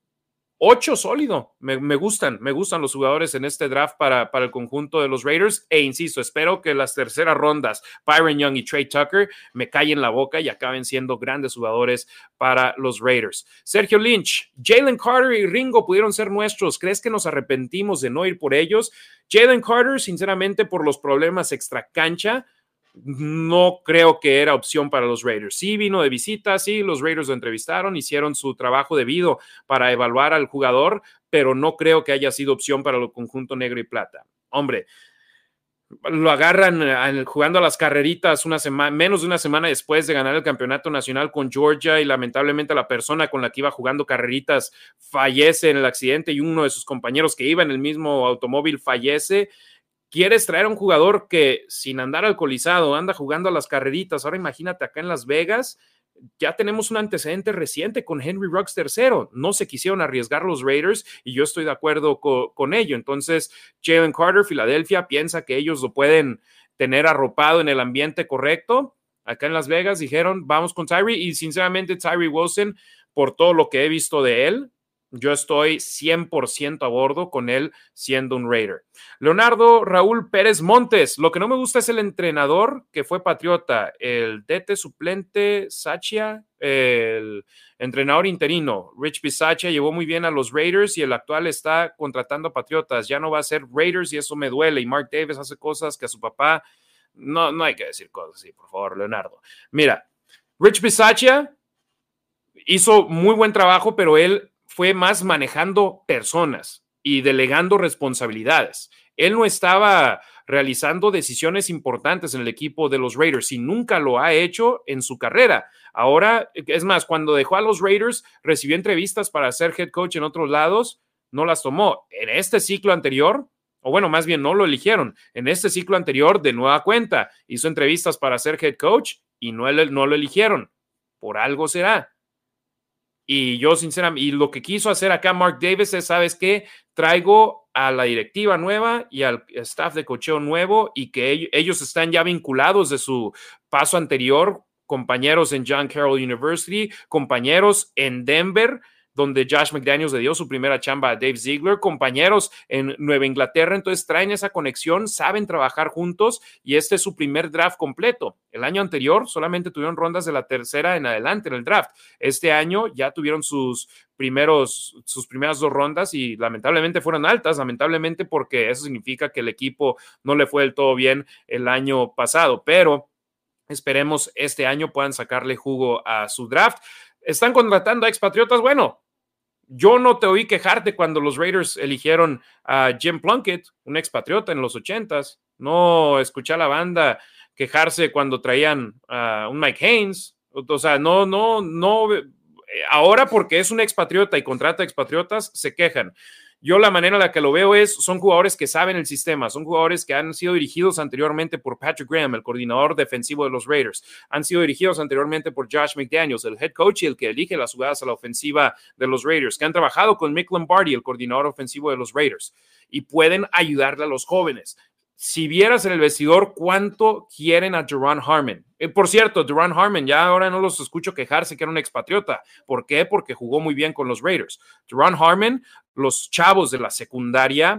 Speaker 1: 8 sólido. Me gustan los jugadores en este draft para el conjunto de los Raiders, e insisto, espero que las terceras rondas, Byron Young y Trey Tucker, me callen la boca y acaben siendo grandes jugadores para los Raiders. Sergio Lynch, Jalen Carter y Ringo pudieron ser nuestros. ¿Crees que nos arrepentimos de no ir por ellos? Jalen Carter, sinceramente, por los problemas extracancha, no creo que era opción para los Raiders. Sí vino de visita, sí, los Raiders lo entrevistaron, hicieron su trabajo debido para evaluar al jugador, pero no creo que haya sido opción para el conjunto negro y plata. Hombre, lo agarran jugando a las carreritas menos de una semana después de ganar el campeonato nacional con Georgia, y lamentablemente la persona con la que iba jugando carreritas fallece en el accidente y uno de sus compañeros que iba en el mismo automóvil fallece. Quieres traer a un jugador que sin andar alcoholizado anda jugando a las carreritas. Ahora imagínate acá en Las Vegas, ya tenemos un antecedente reciente con Henry Ruggs III. No se quisieron arriesgar los Raiders y yo estoy de acuerdo con ello. Entonces, Jalen Carter, Filadelfia, piensa que ellos lo pueden tener arropado en el ambiente correcto. Acá en Las Vegas dijeron, vamos con Tyree, y sinceramente Tyree Wilson, por todo lo que he visto de él, Yo estoy 100% a bordo con él siendo un Raider. Leonardo Raúl Pérez Montes. Lo que no me gusta es el entrenador que fue Patriota, el DT suplente Saccia, el entrenador interino. Rich Bisaccia llevó muy bien a los Raiders y el actual está contratando a Patriotas. Ya no va a ser Raiders y eso me duele. Y Mark Davis hace cosas que a su papá no hay que decir cosas así, por favor, Leonardo. Mira, Rich Bisaccia hizo muy buen trabajo, pero él fue más manejando personas y delegando responsabilidades. Él no estaba realizando decisiones importantes en el equipo de los Raiders y nunca lo ha hecho en su carrera. Ahora, es más, cuando dejó a los Raiders, recibió entrevistas para ser head coach en otros lados, no las tomó. En este ciclo anterior, o bueno, más bien no lo eligieron. En este ciclo anterior, de nueva cuenta, hizo entrevistas para ser head coach y no lo eligieron. Por algo será. Y yo, sinceramente, y lo que quiso hacer acá Mark Davis es, ¿sabes qué? Traigo a la directiva nueva y al staff de coacheo nuevo y que ellos están ya vinculados de su paso anterior, compañeros en John Carroll University, compañeros en Denver, donde Josh McDaniels le dio su primera chamba a Dave Ziegler, compañeros en Nueva Inglaterra, entonces traen esa conexión, saben trabajar juntos y este es su primer draft completo. El año anterior solamente tuvieron rondas de la tercera en adelante en el draft. Este año ya tuvieron sus primeras dos rondas y lamentablemente fueron altas, lamentablemente porque eso significa que el equipo no le fue del todo bien el año pasado, pero esperemos este año puedan sacarle jugo a su draft. ¿Están contratando a expatriotas? Bueno, yo no te oí quejarte cuando los Raiders eligieron a Jim Plunkett, un expatriota en los 80s. No escuché a la banda quejarse cuando traían a un Mike Haynes. O sea, no. Ahora porque es un expatriota y contrata expatriotas, se quejan. Yo la manera en la que lo veo es, son jugadores que saben el sistema, son jugadores que han sido dirigidos anteriormente por Patrick Graham, el coordinador defensivo de los Raiders, han sido dirigidos anteriormente por Josh McDaniels, el head coach y el que elige las jugadas a la ofensiva de los Raiders, que han trabajado con Mick Lombardi, el coordinador ofensivo de los Raiders, y pueden ayudarle a los jóvenes. Si vieras en el vestidor cuánto quieren a Duron Harmon. Por cierto, Duron Harmon, ya ahora no los escucho quejarse que era un expatriota. ¿Por qué? Porque jugó muy bien con los Raiders. Duron Harmon, los chavos de la secundaria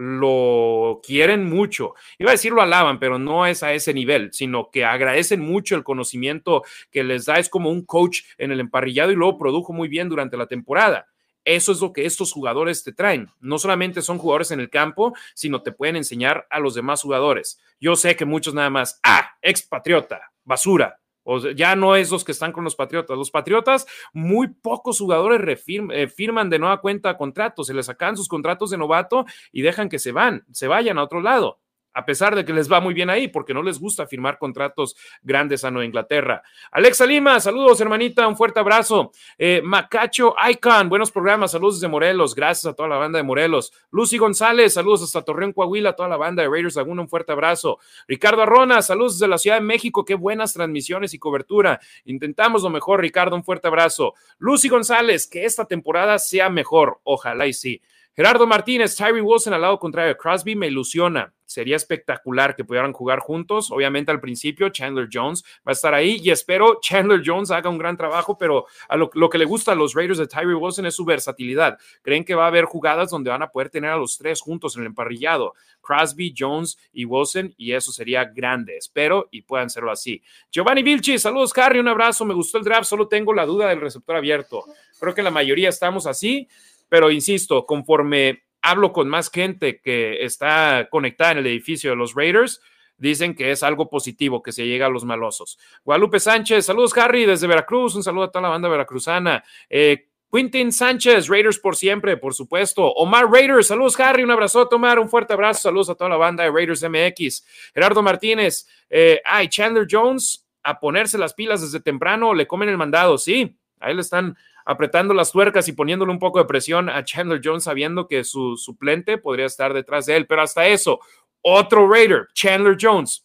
Speaker 1: lo quieren mucho. Iba a decir lo alaban, pero no es a ese nivel, sino que agradecen mucho el conocimiento que les da. Es como un coach en el emparrillado y luego produjo muy bien durante la temporada. Eso es lo que estos jugadores te traen. No solamente son jugadores en el campo, sino te pueden enseñar a los demás jugadores. Yo sé que muchos nada más, expatriota, basura. O sea, ya no es los que están con los Patriotas. Los Patriotas, muy pocos jugadores firman de nueva cuenta contratos. Se les sacan sus contratos de novato y dejan que se vayan a otro lado. A pesar de que les va muy bien ahí, porque no les gusta firmar contratos grandes a Nueva Inglaterra. Alexa Lima, saludos, hermanita, un fuerte abrazo. Macacho Icon, buenos programas, saludos desde Morelos, gracias a toda la banda de Morelos. Lucy González, saludos hasta Torreón, Coahuila, toda la banda de Raiders Laguna, un fuerte abrazo. Ricardo Arrona, saludos desde la Ciudad de México, qué buenas transmisiones y cobertura. Intentamos lo mejor, Ricardo, un fuerte abrazo. Lucy González, que esta temporada sea mejor, ojalá y sí. Gerardo Martínez, Tyree Wilson al lado contrario de Crosby me ilusiona. Sería espectacular que pudieran jugar juntos. Obviamente al principio Chandler Jones va a estar ahí y espero Chandler Jones haga un gran trabajo, pero a lo que le gusta a los Raiders de Tyree Wilson es su versatilidad. Creen que va a haber jugadas donde van a poder tener a los tres juntos en el emparrillado. Crosby, Jones y Wilson, y eso sería grande. Espero y puedan hacerlo así. Giovanni Vilchi, saludos Harry, un abrazo. Me gustó el draft, solo tengo la duda del receptor abierto. Creo que la mayoría estamos así. Pero insisto, conforme hablo con más gente que está conectada en el edificio de los Raiders, dicen que es algo positivo que se llega a los malosos. Guadalupe Sánchez, saludos Harry desde Veracruz, un saludo a toda la banda veracruzana. Quintin Sánchez, Raiders por siempre, por supuesto. Omar Raiders, saludos Harry, un abrazote Omar, un fuerte abrazo, saludos a toda la banda de Raiders MX. Gerardo Martínez, Chandler Jones, a ponerse las pilas desde temprano, le comen el mandado, sí, ahí le están apretando las tuercas y poniéndole un poco de presión a Chandler Jones, sabiendo que su suplente podría estar detrás de él, pero hasta eso, otro Raider, Chandler Jones,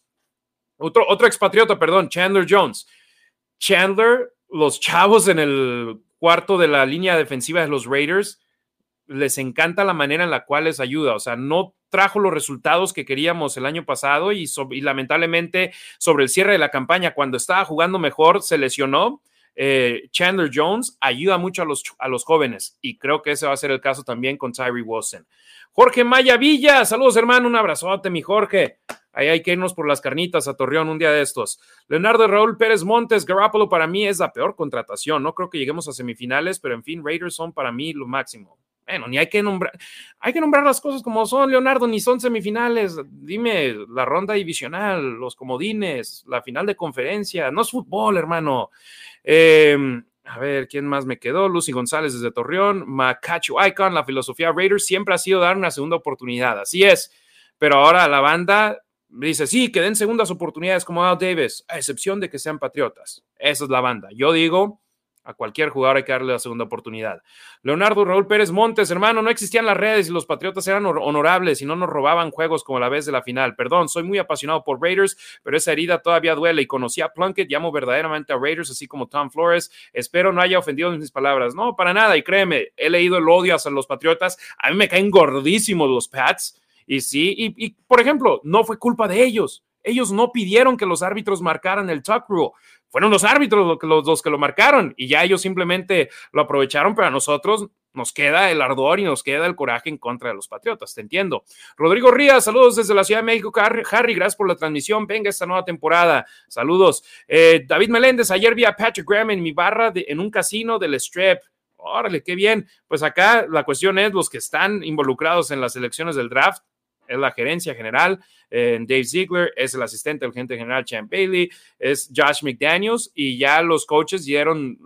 Speaker 1: otro expatriota, perdón, Chandler Jones. Chandler, los chavos en el cuarto de la línea defensiva de los Raiders, les encanta la manera en la cual les ayuda, o sea, no trajo los resultados que queríamos el año pasado y lamentablemente sobre el cierre de la campaña, cuando estaba jugando mejor, se lesionó. Chandler Jones ayuda mucho a los jóvenes y creo que ese va a ser el caso también con Tyree Wilson. Jorge Maya Villa, saludos hermano, un abrazote mi Jorge. Ahí hay que irnos por las carnitas a Torreón un día de estos. Leonardo Raúl Pérez Montes, Garoppolo para mí es la peor contratación. No creo que lleguemos a semifinales, pero en fin, Raiders son para mí lo máximo. Bueno, ni hay que nombrar las cosas como son, Leonardo, ni son semifinales. Dime, la ronda divisional, los comodines, la final de conferencia. No es fútbol, hermano. A ver, ¿quién más me quedó? Lucy González desde Torreón. Macacho Icon, la filosofía Raiders siempre ha sido dar una segunda oportunidad. Así es, pero ahora la banda dice, sí, que den segundas oportunidades como Al Davis, a excepción de que sean patriotas. Esa es la banda. Yo digo, a cualquier jugador hay que darle la segunda oportunidad. Leonardo Raúl Pérez Montes, hermano, no existían las redes y los patriotas eran honorables y no nos robaban juegos como la vez de la final. Perdón, soy muy apasionado por Raiders, pero esa herida todavía duele y conocí a Plunkett, llamo verdaderamente a Raiders, así como Tom Flores. Espero no haya ofendido en mis palabras. No, para nada, y créeme, he leído el odio hacia los patriotas. A mí me caen gordísimos los Pats. Y sí, y por ejemplo, no fue culpa de ellos. Ellos no pidieron que los árbitros marcaran el tuck rule. Fueron los árbitros los que lo marcaron y ya ellos simplemente lo aprovecharon, pero a nosotros nos queda el ardor y nos queda el coraje en contra de los patriotas, te entiendo. Rodrigo Rías, saludos desde la Ciudad de México. Harry, gracias por la transmisión. Venga esta nueva temporada. Saludos. David Meléndez, ayer vi a Patrick Graham en mi barra en un casino del Strip. Órale, qué bien. Pues acá la cuestión es los que están involucrados en las elecciones del draft. Es la gerencia general, Dave Ziegler, es el asistente del gerente general Champ Bailey, es Josh McDaniels y ya los coaches dieron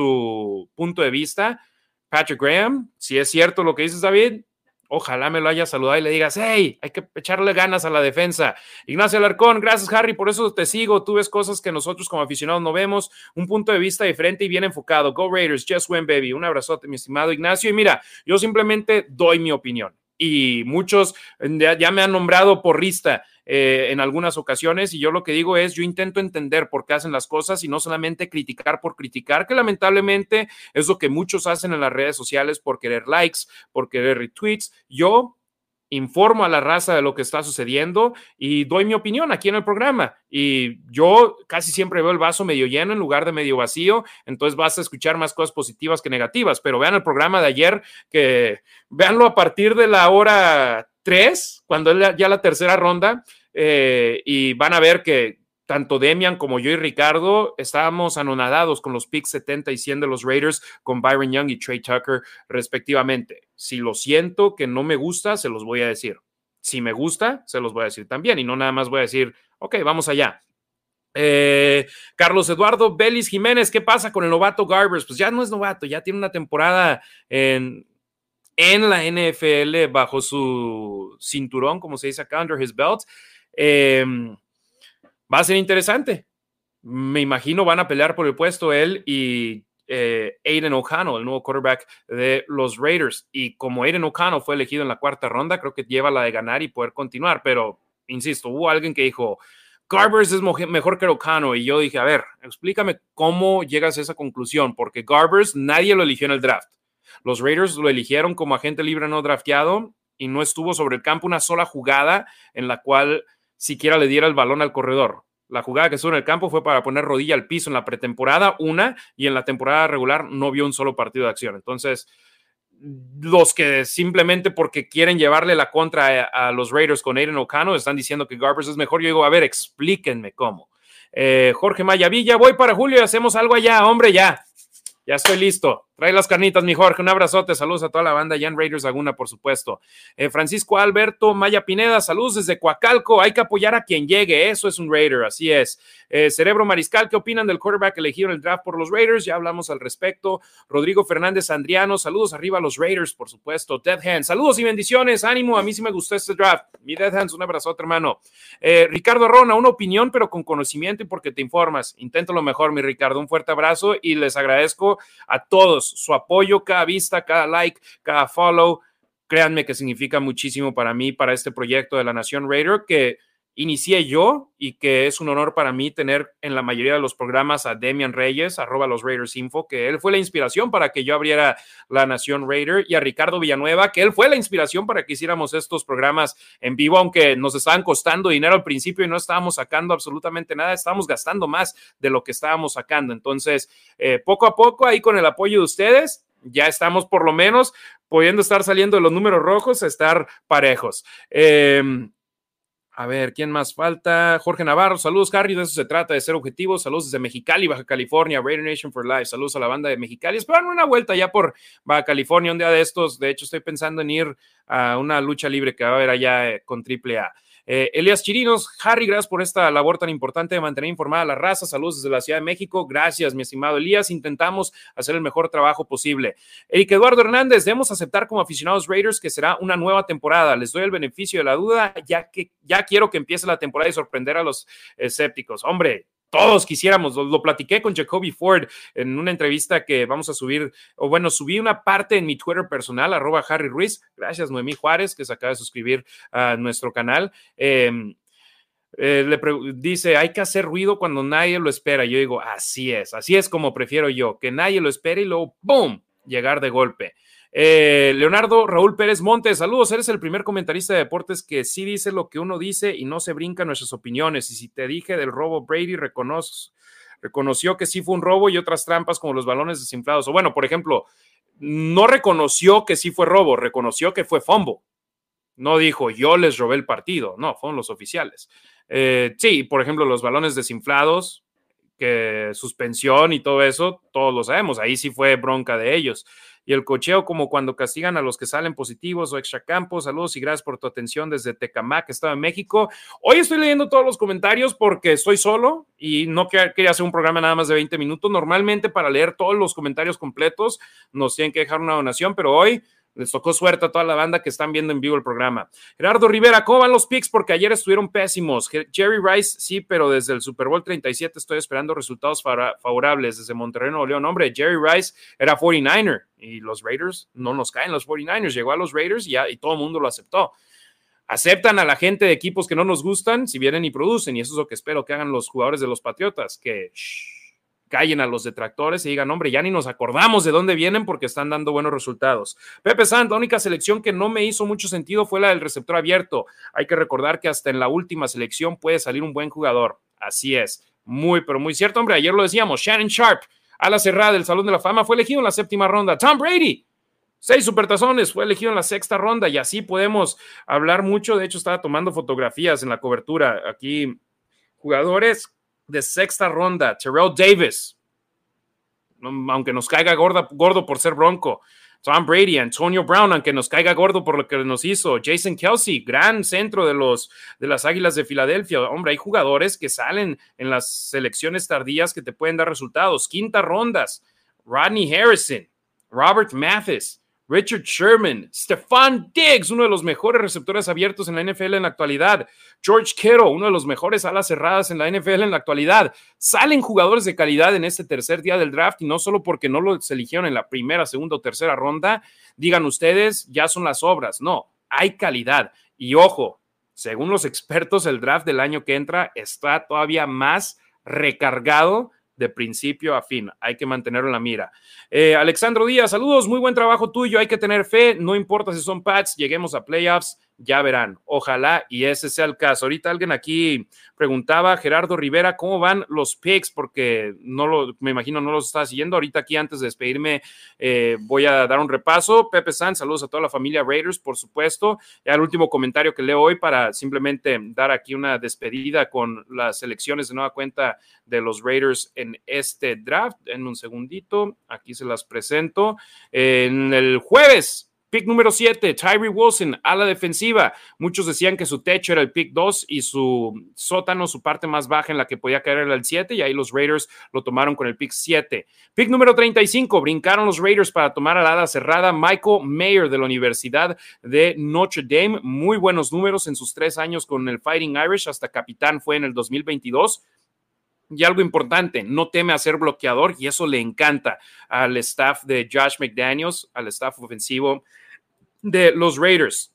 Speaker 1: su punto de vista. Patrick Graham, si es cierto lo que dices, David, ojalá me lo haya saludado y le digas, hey, hay que echarle ganas a la defensa. Ignacio Alarcón, gracias Harry, por eso te sigo, tú ves cosas que nosotros como aficionados no vemos, un punto de vista diferente y bien enfocado. Go Raiders, just win baby, un abrazote mi estimado Ignacio y mira, yo simplemente doy mi opinión. Y muchos ya me han nombrado porrista en algunas ocasiones y yo lo que digo es, yo intento entender por qué hacen las cosas y no solamente criticar por criticar, que lamentablemente es lo que muchos hacen en las redes sociales por querer likes, por querer retweets. Yo informo a la raza de lo que está sucediendo y doy mi opinión aquí en el programa. Y yo casi siempre veo el vaso medio lleno en lugar de medio vacío, entonces vas a escuchar más cosas positivas que negativas, pero vean el programa de ayer, que véanlo a partir de la hora 3, cuando es ya la tercera ronda, y van a ver que tanto Demian como yo y Ricardo estábamos anonadados con los picks 70 y 100 de los Raiders con Byron Young y Trey Tucker respectivamente. Si lo siento que no me gusta, se los voy a decir. Si me gusta, se los voy a decir también y no nada más voy a decir, ok, vamos allá. Carlos Eduardo Vélez Jiménez, ¿qué pasa con el novato Garbers? Pues ya no es novato, ya tiene una temporada en la NFL bajo su cinturón, como se dice acá, under his belt. Va a ser interesante. Me imagino van a pelear por el puesto él y Aiden O'Connell, el nuevo quarterback de los Raiders. Y como Aiden O'Connell fue elegido en la cuarta ronda, creo que lleva la de ganar y poder continuar. Pero, insisto, hubo alguien que dijo, Garbers es mejor que O'Connell. Y yo dije, a ver, explícame cómo llegas a esa conclusión. Porque Garbers nadie lo eligió en el draft. Los Raiders lo eligieron como agente libre no drafteado y no estuvo sobre el campo una sola jugada en la cual siquiera le diera el balón al corredor. La jugada que estuvo en el campo fue para poner rodilla al piso en la pretemporada, y en la temporada regular no vio un solo partido de acción. Entonces, los que simplemente porque quieren llevarle la contra a los Raiders con Aiden O'Connell están diciendo que Garbers es mejor. Yo digo, a ver, explíquenme cómo. Jorge Maya Villa, voy para Julio y hacemos algo allá, hombre, ya estoy listo. Trae las carnitas, mi Jorge. Un abrazote. Saludos a toda la banda. Ya en Raiders Laguna, por supuesto. Francisco Alberto Maya Pineda. Saludos desde Coacalco. Hay que apoyar a quien llegue. Eso es un Raider. Así es. Cerebro Mariscal. ¿Qué opinan del quarterback elegido en el draft por los Raiders? Ya hablamos al respecto. Rodrigo Fernández Andriano. Saludos arriba a los Raiders, por supuesto. Dead Hands. Saludos y bendiciones. Ánimo. A mí sí me gustó este draft. Mi Dead Hands. Un abrazote, hermano. Ricardo Rona. Una opinión, pero con conocimiento y porque te informas. Intento lo mejor, mi Ricardo. Un fuerte abrazo y les agradezco a todos su apoyo, cada vista, cada like, cada follow. Créanme que significa muchísimo para mí, para este proyecto de la Nación Raider, que inicié yo y que es un honor para mí tener en la mayoría de los programas a Demian Reyes, @LosRaidersInfo, que él fue la inspiración para que yo abriera La Nación Raider, y a Ricardo Villanueva, que él fue la inspiración para que hiciéramos estos programas en vivo, aunque nos estaban costando dinero al principio y no estábamos sacando absolutamente nada, estábamos gastando más de lo que estábamos sacando. Entonces, poco a poco, ahí con el apoyo de ustedes, ya estamos por lo menos pudiendo estar saliendo de los números rojos a estar parejos. A ver, ¿quién más falta? Jorge Navarro, saludos, Harry, de eso se trata, de ser objetivos. Saludos desde Mexicali, Baja California, Raider Nation for Life. Saludos a la banda de Mexicali. Esperan una vuelta ya por Baja California un día de estos. De hecho, estoy pensando en ir a una lucha libre que va a haber allá con AAA. Elias Chirinos, Harry, gracias por esta labor tan importante de mantener informada a la raza. Saludos desde la Ciudad de México. Gracias, mi estimado Elías. Intentamos hacer el mejor trabajo posible. Eric Eduardo Hernández, debemos aceptar como aficionados Raiders que será una nueva temporada. Les doy el beneficio de la duda, ya quiero que empiece la temporada y sorprender a los escépticos. Hombre, todos quisiéramos, lo platiqué con Jacoby Ford en una entrevista que vamos a subir, o bueno, subí una parte en mi Twitter personal, @Harry Ruiz. Gracias, Noemí Juárez, que se acaba de suscribir a nuestro canal. Dice, hay que hacer ruido cuando nadie lo espera. Yo digo, así es como prefiero yo, que nadie lo espere y luego, ¡boom!, llegar de golpe. Leonardo Raúl Pérez Montes, saludos, eres el primer comentarista de deportes que sí dice lo que uno dice y no se brinca nuestras opiniones. Y si te dije del robo, Brady reconoció que sí fue un robo y otras trampas como los balones desinflados. O bueno, por ejemplo, no reconoció que sí fue robo, reconoció que fue fumble. No dijo, yo les robé el partido. No, fueron los oficiales. Sí, por ejemplo, los balones desinflados, que suspensión y todo eso, todos lo sabemos. Ahí sí fue bronca de ellos. Y el cocheo, como cuando castigan a los que salen positivos o extracampos. Saludos y gracias por tu atención desde Tecamac, Estado de México. Hoy estoy leyendo todos los comentarios porque estoy solo y no quería hacer un programa nada más de 20 minutos. Normalmente para leer todos los comentarios completos nos tienen que dejar una donación, pero hoy les tocó suerte a toda la banda que están viendo en vivo el programa. Gerardo Rivera, ¿cómo van los picks? Porque ayer estuvieron pésimos. Jerry Rice, sí, pero desde el Super Bowl 37 estoy esperando resultados favorables desde Monterrey, Nuevo León. Hombre, Jerry Rice era 49er y los Raiders no nos caen los 49ers. Llegó a los Raiders y todo el mundo lo aceptó. Aceptan a la gente de equipos que no nos gustan si vienen y producen, y eso es lo que espero que hagan los jugadores de los Patriotas, que callen a los detractores y digan, hombre, ya ni nos acordamos de dónde vienen porque están dando buenos resultados. Pepe Sant, la única selección que no me hizo mucho sentido fue la del receptor abierto. Hay que recordar que hasta en la última selección puede salir un buen jugador. Así es, muy, pero muy cierto, hombre. Ayer lo decíamos, Shannon Sharp, ala cerrada del Salón de la Fama, fue elegido en la 7ª ronda. Tom Brady, 6 supertazones, fue elegido en la 6ª ronda, y así podemos hablar mucho. De hecho, estaba tomando fotografías en la cobertura. Aquí, jugadores de 6ª ronda, Terrell Davis, aunque nos caiga gordo por ser Bronco. Tom Brady, Antonio Brown, aunque nos caiga gordo por lo que nos hizo. Jason Kelce, gran centro de las Águilas de Filadelfia. Hombre, hay jugadores que salen en las selecciones tardías que te pueden dar resultados. 5ª rondas, Rodney Harrison, Robert Mathis, Richard Sherman, Stephon Diggs, uno de los mejores receptores abiertos en la NFL en la actualidad. George Kittle, uno de los mejores alas cerradas en la NFL en la actualidad. Salen jugadores de calidad en este tercer día del draft, y no solo porque no los eligieron en la 1ª, 2ª o 3ª ronda, digan ustedes, ya son las obras. No, hay calidad. Y ojo, según los expertos, el draft del año que entra está todavía más recargado de principio a fin. Hay que mantenerlo en la mira. Alexandro Díaz, saludos, muy buen trabajo tuyo, hay que tener fe, no importa si son Pats, lleguemos a playoffs, ya verán, ojalá y ese sea el caso. Ahorita alguien aquí preguntaba, Gerardo Rivera, ¿cómo van los picks? Porque me imagino no los está siguiendo. Ahorita aquí, antes de despedirme, voy a dar un repaso. Pepe Sanz, saludos a toda la familia Raiders, por supuesto. Ya el último comentario que leo hoy para simplemente dar aquí una despedida con las selecciones de nueva cuenta de los Raiders en este draft. En un segundito, aquí se las presento. En el jueves, pick número 7, Tyree Wilson, ala defensiva. Muchos decían que su techo era el pick 2 y su sótano, su parte más baja en la que podía caer, era el 7, y ahí los Raiders lo tomaron con el pick 7. Pick número 35, brincaron los Raiders para tomar al ala cerrada Michael Mayer de la Universidad de Notre Dame. Muy buenos números en sus 3 años con el Fighting Irish, hasta capitán fue en el 2022. Y algo importante, no teme a ser bloqueador, y eso le encanta al staff de Josh McDaniels, al staff ofensivo de los Raiders.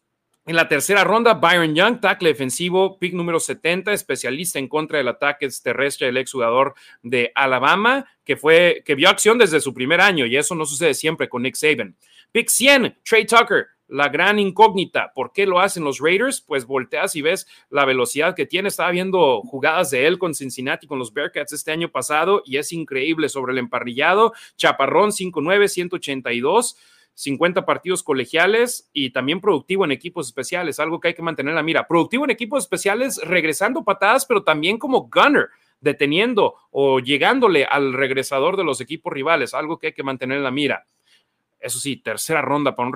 Speaker 1: En la tercera ronda, Byron Young, tackle defensivo, pick número 70, especialista en contra del ataque terrestre del exjugador de Alabama, que vio acción desde su primer año, y eso no sucede siempre con Nick Saban. Pick 100, Trey Tucker, la gran incógnita. ¿Por qué lo hacen los Raiders? Pues volteas y ves la velocidad que tiene. Estaba viendo jugadas de él con Cincinnati, con los Bearcats este año pasado, y es increíble sobre el emparrillado. Chaparrón, 5'9", 182. 50 partidos colegiales y también productivo en equipos especiales, algo que hay que mantener en la mira. Productivo en equipos especiales, regresando patadas, pero también como gunner, deteniendo o llegándole al regresador de los equipos rivales, algo que hay que mantener en la mira. Eso sí, tercera ronda para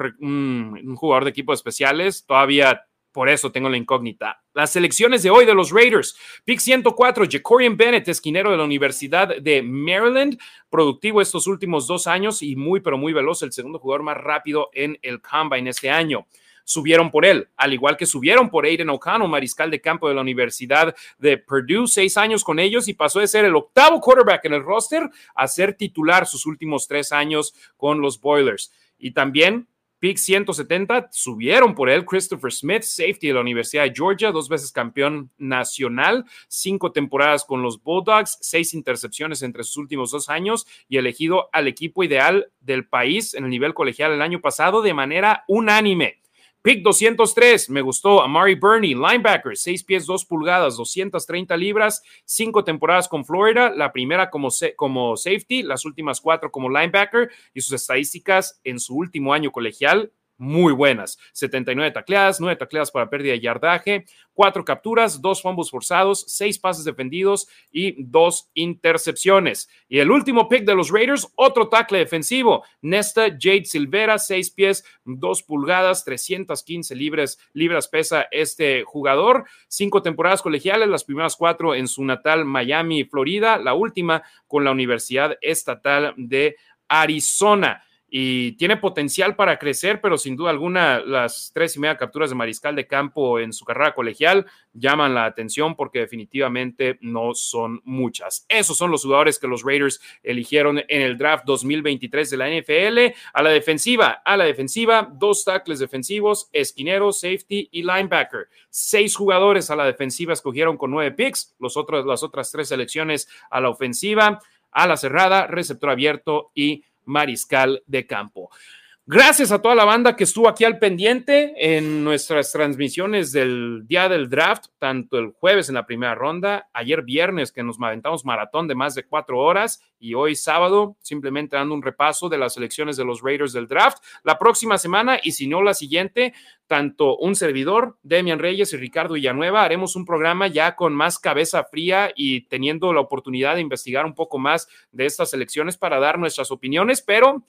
Speaker 1: un jugador de equipos especiales, todavía por eso tengo la incógnita. Las selecciones de hoy de los Raiders. Pick 104, Jacorian Bennett, esquinero de la Universidad de Maryland, productivo estos últimos 2 años y muy, pero muy veloz, el segundo jugador más rápido en el Combine este año. Subieron por él, al igual que subieron por Aiden O'Connell, mariscal de campo de la Universidad de Purdue, 6 años con ellos y pasó de ser el 8º quarterback en el roster a ser titular sus últimos 3 años con los Boilers. Y también pick 170, subieron por él Christopher Smith, safety de la Universidad de Georgia, 2 veces campeón nacional, 5 temporadas con los Bulldogs, 6 intercepciones entre sus últimos 2 años y elegido al equipo ideal del país en el nivel colegial el año pasado de manera unánime. Pick 203, me gustó, Amari Burney, linebacker, 6 pies 2 pulgadas, 230 libras, 5 temporadas con Florida, la primera como safety, las últimas 4 como linebacker, y sus estadísticas en su último año colegial, muy buenas. 79 tacleadas, 9 tacleadas para pérdida de yardaje, 4 capturas, 2 fumbles forzados, 6 pases defendidos y 2 intercepciones. Y el último pick de los Raiders, otro tackle defensivo, Nesta Jade Silvera, 6 pies, 2 pulgadas, 315 libras pesa este jugador, 5 temporadas colegiales, las primeras 4 en su natal Miami, Florida, la última con la Universidad Estatal de Arizona. Y tiene potencial para crecer, pero sin duda alguna las 3.5 capturas de mariscal de campo en su carrera colegial llaman la atención porque definitivamente no son muchas. Esos son los jugadores que los Raiders eligieron en el draft 2023 de la NFL. A la defensiva, 2 tackles defensivos, esquinero, safety y linebacker. 6 jugadores a la defensiva escogieron con 9 picks, las otras 3 selecciones a la ofensiva, a la cerrada, receptor abierto y mariscal de campo. Gracias a toda la banda que estuvo aquí al pendiente en nuestras transmisiones del día del draft, tanto el jueves en la primera ronda, ayer viernes que nos aventamos maratón de más de 4 horas y hoy sábado simplemente dando un repaso de las selecciones de los Raiders del draft. La próxima semana y si no la siguiente, tanto un servidor, Demian Reyes y Ricardo Villanueva, haremos un programa ya con más cabeza fría y teniendo la oportunidad de investigar un poco más de estas selecciones para dar nuestras opiniones, pero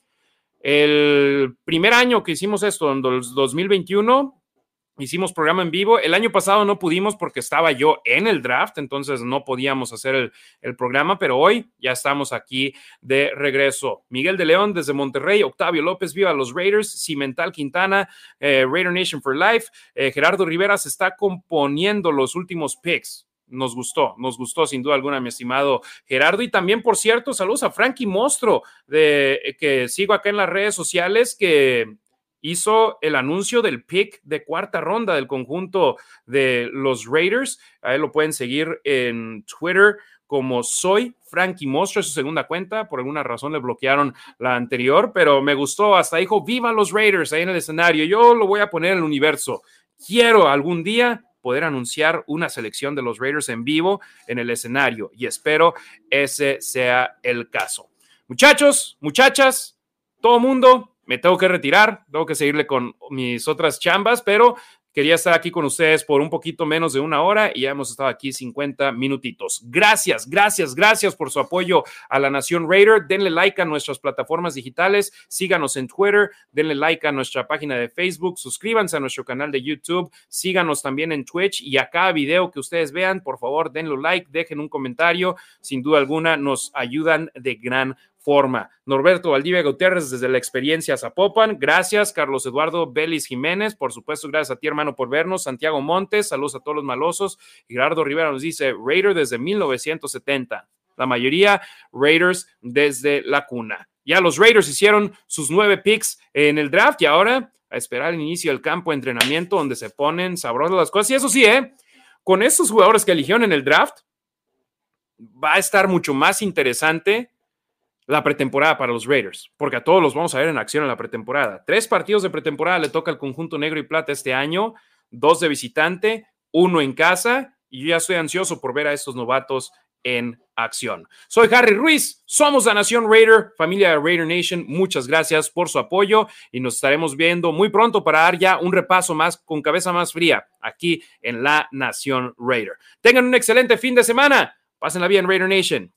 Speaker 1: el primer año que hicimos esto, en el 2021, hicimos programa en vivo. El año pasado no pudimos porque estaba yo en el draft, entonces no podíamos hacer el programa, pero hoy ya estamos aquí de regreso. Miguel de León desde Monterrey, Octavio López, viva los Raiders, Cimental Quintana, Raider Nation for Life, Gerardo Rivera se está componiendo los últimos picks. Nos gustó sin duda alguna, mi estimado Gerardo. Y también, por cierto, saludos a Frankie Mostro, que sigo acá en las redes sociales, que hizo el anuncio del pick de 4ª ronda del conjunto de los Raiders. A él lo pueden seguir en Twitter como soy Frankie Mostro, es su segunda cuenta. Por alguna razón le bloquearon la anterior, pero me gustó. Hasta dijo, viva los Raiders ahí en el escenario. Yo lo voy a poner en el universo. Quiero algún día poder anunciar una selección de los Raiders en vivo en el escenario y espero ese sea el caso. Muchachos, muchachas, todo mundo, me tengo que retirar, tengo que seguirle con mis otras chambas, pero quería estar aquí con ustedes por un poquito menos de 1 hora y ya hemos estado aquí 50 minutitos. Gracias por su apoyo a la Nación Raider. Denle like a nuestras plataformas digitales, síganos en Twitter, denle like a nuestra página de Facebook, suscríbanse a nuestro canal de YouTube, síganos también en Twitch y a cada video que ustedes vean, por favor, denle like, dejen un comentario, sin duda alguna nos ayudan de gran forma. Norberto Valdivia Gutiérrez desde la experiencia Zapopan, gracias. Carlos Eduardo Vélez Jiménez, por supuesto, gracias a ti, hermano, por vernos. Santiago Montes, saludos a todos los malosos. Gerardo Rivera nos dice, Raider desde 1970. La mayoría Raiders desde la cuna. Ya los Raiders hicieron sus 9 picks en el draft y ahora a esperar el inicio del campo de entrenamiento donde se ponen sabrosas las cosas. Y eso sí, con estos jugadores que eligieron en el draft, va a estar mucho más interesante la pretemporada para los Raiders, porque a todos los vamos a ver en acción en la pretemporada. 3 partidos de pretemporada le toca al conjunto negro y plata este año, 2 de visitante, 1 en casa, y yo ya estoy ansioso por ver a estos novatos en acción. Soy Harry Ruiz, somos la Nación Raider, familia de Raider Nation, muchas gracias por su apoyo y nos estaremos viendo muy pronto para dar ya un repaso más con cabeza más fría aquí en la Nación Raider. Tengan un excelente fin de semana, pásenla bien Raider Nation.